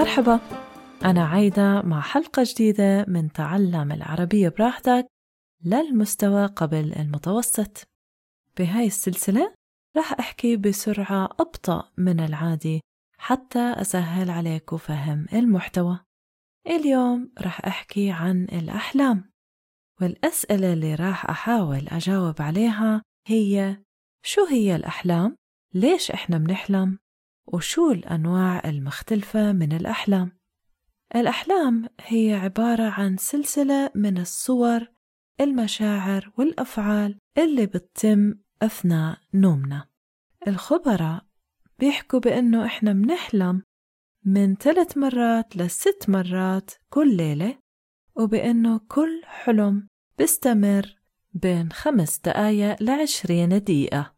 مرحبا، أنا عايدة مع حلقة جديدة من تعلم العربية براحتك للمستوى قبل المتوسط. بهاي السلسلة رح أحكي بسرعة أبطأ من العادي حتى أسهل عليك فهم المحتوى. اليوم رح أحكي عن الأحلام، والأسئلة اللي راح أحاول أجاوب عليها هي: شو هي الأحلام؟ ليش إحنا بنحلم؟ وشو الأنواع المختلفة من الأحلام؟ الأحلام هي عبارة عن سلسلة من الصور، المشاعر والأفعال اللي بتتم أثناء نومنا. الخبراء بيحكوا بأنه إحنا بنحلم من 3 مرات ل6 مرات كل ليلة، وبأنه كل حلم بيستمر بين 5 دقايق ل20 دقيقة.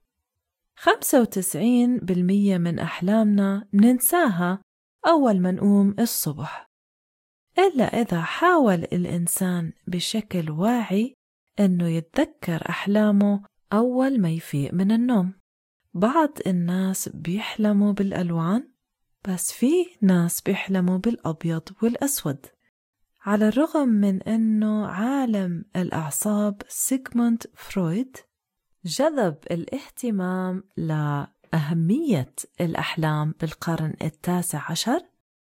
95% من أحلامنا بننساها أول ما نقوم الصبح، إلا إذا حاول الإنسان بشكل واعي أنه يتذكر أحلامه أول ما يفيق من النوم. بعض الناس بيحلموا بالألوان، بس في ناس بيحلموا بالأبيض والأسود. على الرغم من أنه عالم الأعصاب سيغموند فرويد جذب الاهتمام لأهمية الأحلام بالقرن ال19،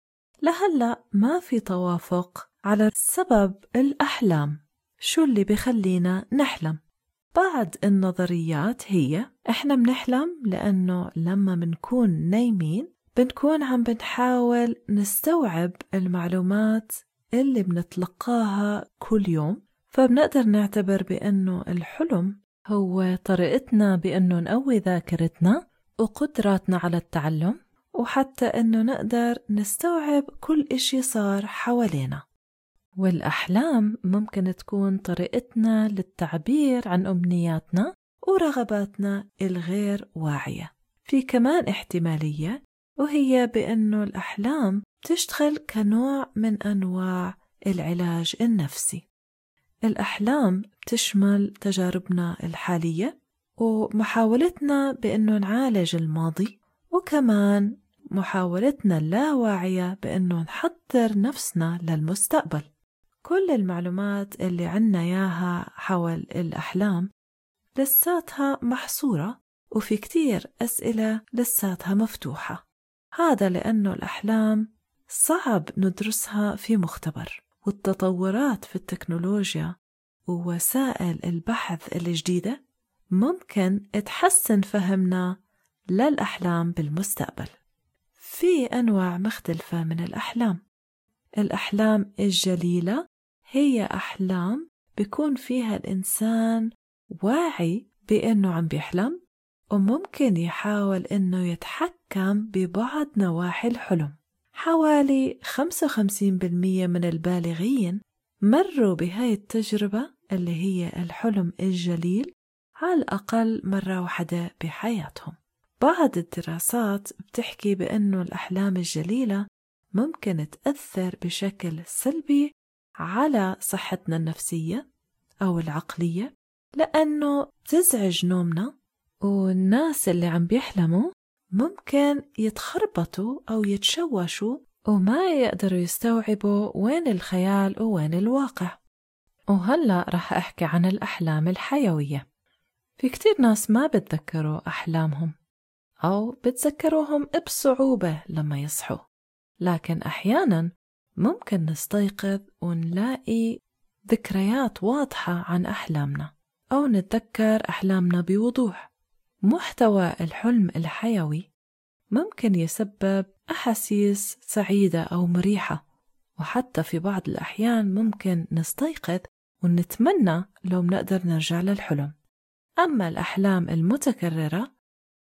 لهلأ ما في توافق على سبب الأحلام، شو اللي بيخلينا نحلم. بعض النظريات هي: إحنا بنحلم لأنه لما بنكون نايمين بنكون عم بنحاول نستوعب المعلومات اللي بنتلقاها كل يوم، فبنقدر نعتبر بأنه الحلم هو طريقتنا بأنه نقوي ذاكرتنا وقدراتنا على التعلم، وحتى أنه نقدر نستوعب كل إشي صار حوالينا. والأحلام ممكن تكون طريقتنا للتعبير عن أمنياتنا ورغباتنا الغير واعية. في كمان احتمالية، وهي بأنه الأحلام تشتغل كنوع من أنواع العلاج النفسي. الأحلام بتشمل تجاربنا الحالية ومحاولتنا بأنه نعالج الماضي، وكمان محاولتنا اللاواعية بأنه نحضر نفسنا للمستقبل. كل المعلومات اللي عنا ياها حول الأحلام لساتها محصورة، وفي كتير أسئلة لساتها مفتوحة. هذا لأنه الأحلام صعب ندرسها في مختبر، والتطورات في التكنولوجيا ووسائل البحث الجديدة ممكن تحسن فهمنا للأحلام بالمستقبل. في أنواع مختلفة من الأحلام. الأحلام الجليلة هي أحلام بيكون فيها الإنسان واعي بأنه عم بيحلم، وممكن يحاول أنه يتحكم ببعض نواحي الحلم. حوالي 55% من البالغين مروا بهاي التجربة اللي هي الحلم الجليل على الأقل مرة واحدة بحياتهم. بعض الدراسات بتحكي بأنه الأحلام الجليلة ممكن تأثر بشكل سلبي على صحتنا النفسية أو العقلية، لأنه تزعج نومنا، والناس اللي عم بيحلموا ممكن يتخربطوا أو يتشوشوا وما يقدروا يستوعبوا وين الخيال ووين الواقع. وهلأ رح أحكي عن الأحلام الحيوية. في كتير ناس ما بتذكروا أحلامهم أو بتذكروهم بصعوبة لما يصحوا، لكن أحياناً ممكن نستيقظ ونلاقي ذكريات واضحة عن أحلامنا أو نتذكر أحلامنا بوضوح. محتوى الحلم الحيوي ممكن يسبب أحاسيس سعيدة أو مريحة، وحتى في بعض الأحيان ممكن نستيقظ ونتمنى لو بنقدر نرجع للحلم. أما الأحلام المتكررة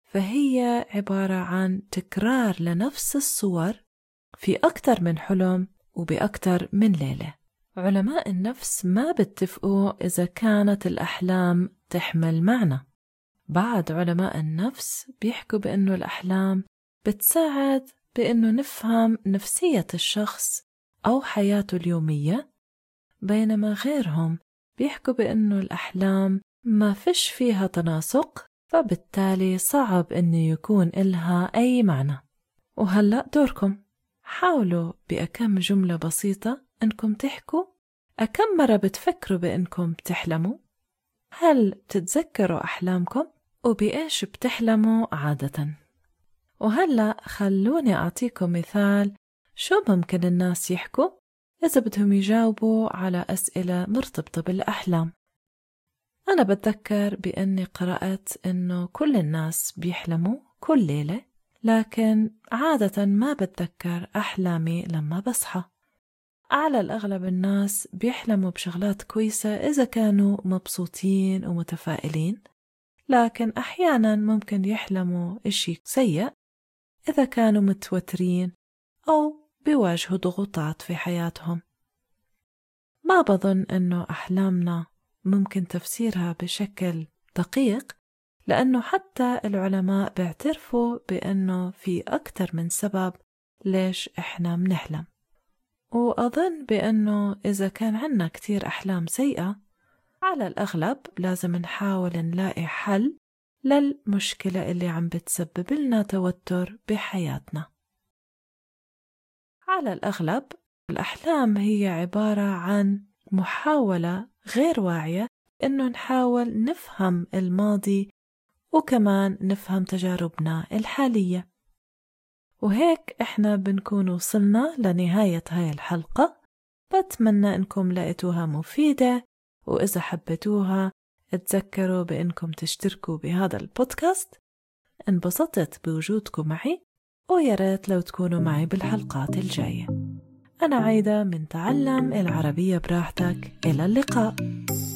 فهي عبارة عن تكرار لنفس الصور في أكثر من حلم وبأكثر من ليلة. علماء النفس ما بيتفقوا إذا كانت الأحلام تحمل معنى. بعض علماء النفس بيحكوا بأنه الأحلام بتساعد بأنه نفهم نفسية الشخص أو حياته اليومية، بينما غيرهم بيحكوا بأنه الأحلام ما فيش فيها تناسق، فبالتالي صعب أنه يكون إلها أي معنى. وهلأ دوركم، حاولوا بأكم جملة بسيطة إنكم تحكوا أكم مرة بتفكروا بإنكم بتحلموا؟ هل بتتذكروا أحلامكم؟ وبإيش بتحلموا عادة؟ وهلأ خلوني أعطيكم مثال شو ممكن الناس يحكوا إذا بدهم يجاوبوا على أسئلة مرتبطة بالأحلام. أنا بتذكر بأني قرأت إنه كل الناس بيحلموا كل ليلة، لكن عادة ما بتذكر أحلامي لما بصحى. على الأغلب الناس بيحلموا بشغلات كويسة إذا كانوا مبسوطين ومتفائلين، لكن أحيانا ممكن يحلموا إشي سيء إذا كانوا متوترين أو بيواجهوا ضغوطات في حياتهم. ما بظن إنه أحلامنا ممكن تفسيرها بشكل دقيق، لأنه حتى العلماء بيعترفوا بأنه في أكتر من سبب ليش إحنا منحلم. وأظن بأنه إذا كان عنا كتير أحلام سيئة، على الأغلب لازم نحاول نلاقي حل للمشكلة اللي عم بتسبب لنا توتر بحياتنا. على الأغلب الأحلام هي عبارة عن محاولة غير واعية إنه نحاول نفهم الماضي وكمان نفهم تجاربنا الحالية. وهيك إحنا بنكون وصلنا لنهاية هاي الحلقة. بتمنى إنكم لقيتوها مفيدة، وإذا حبيتوها اتذكروا بإنكم تشتركوا بهذا البودكاست. انبسطت بوجودكم معي، ويا ريت لو تكونوا معي بالحلقات الجاية. أنا عايدة من تعلم العربية براحتك. إلى اللقاء.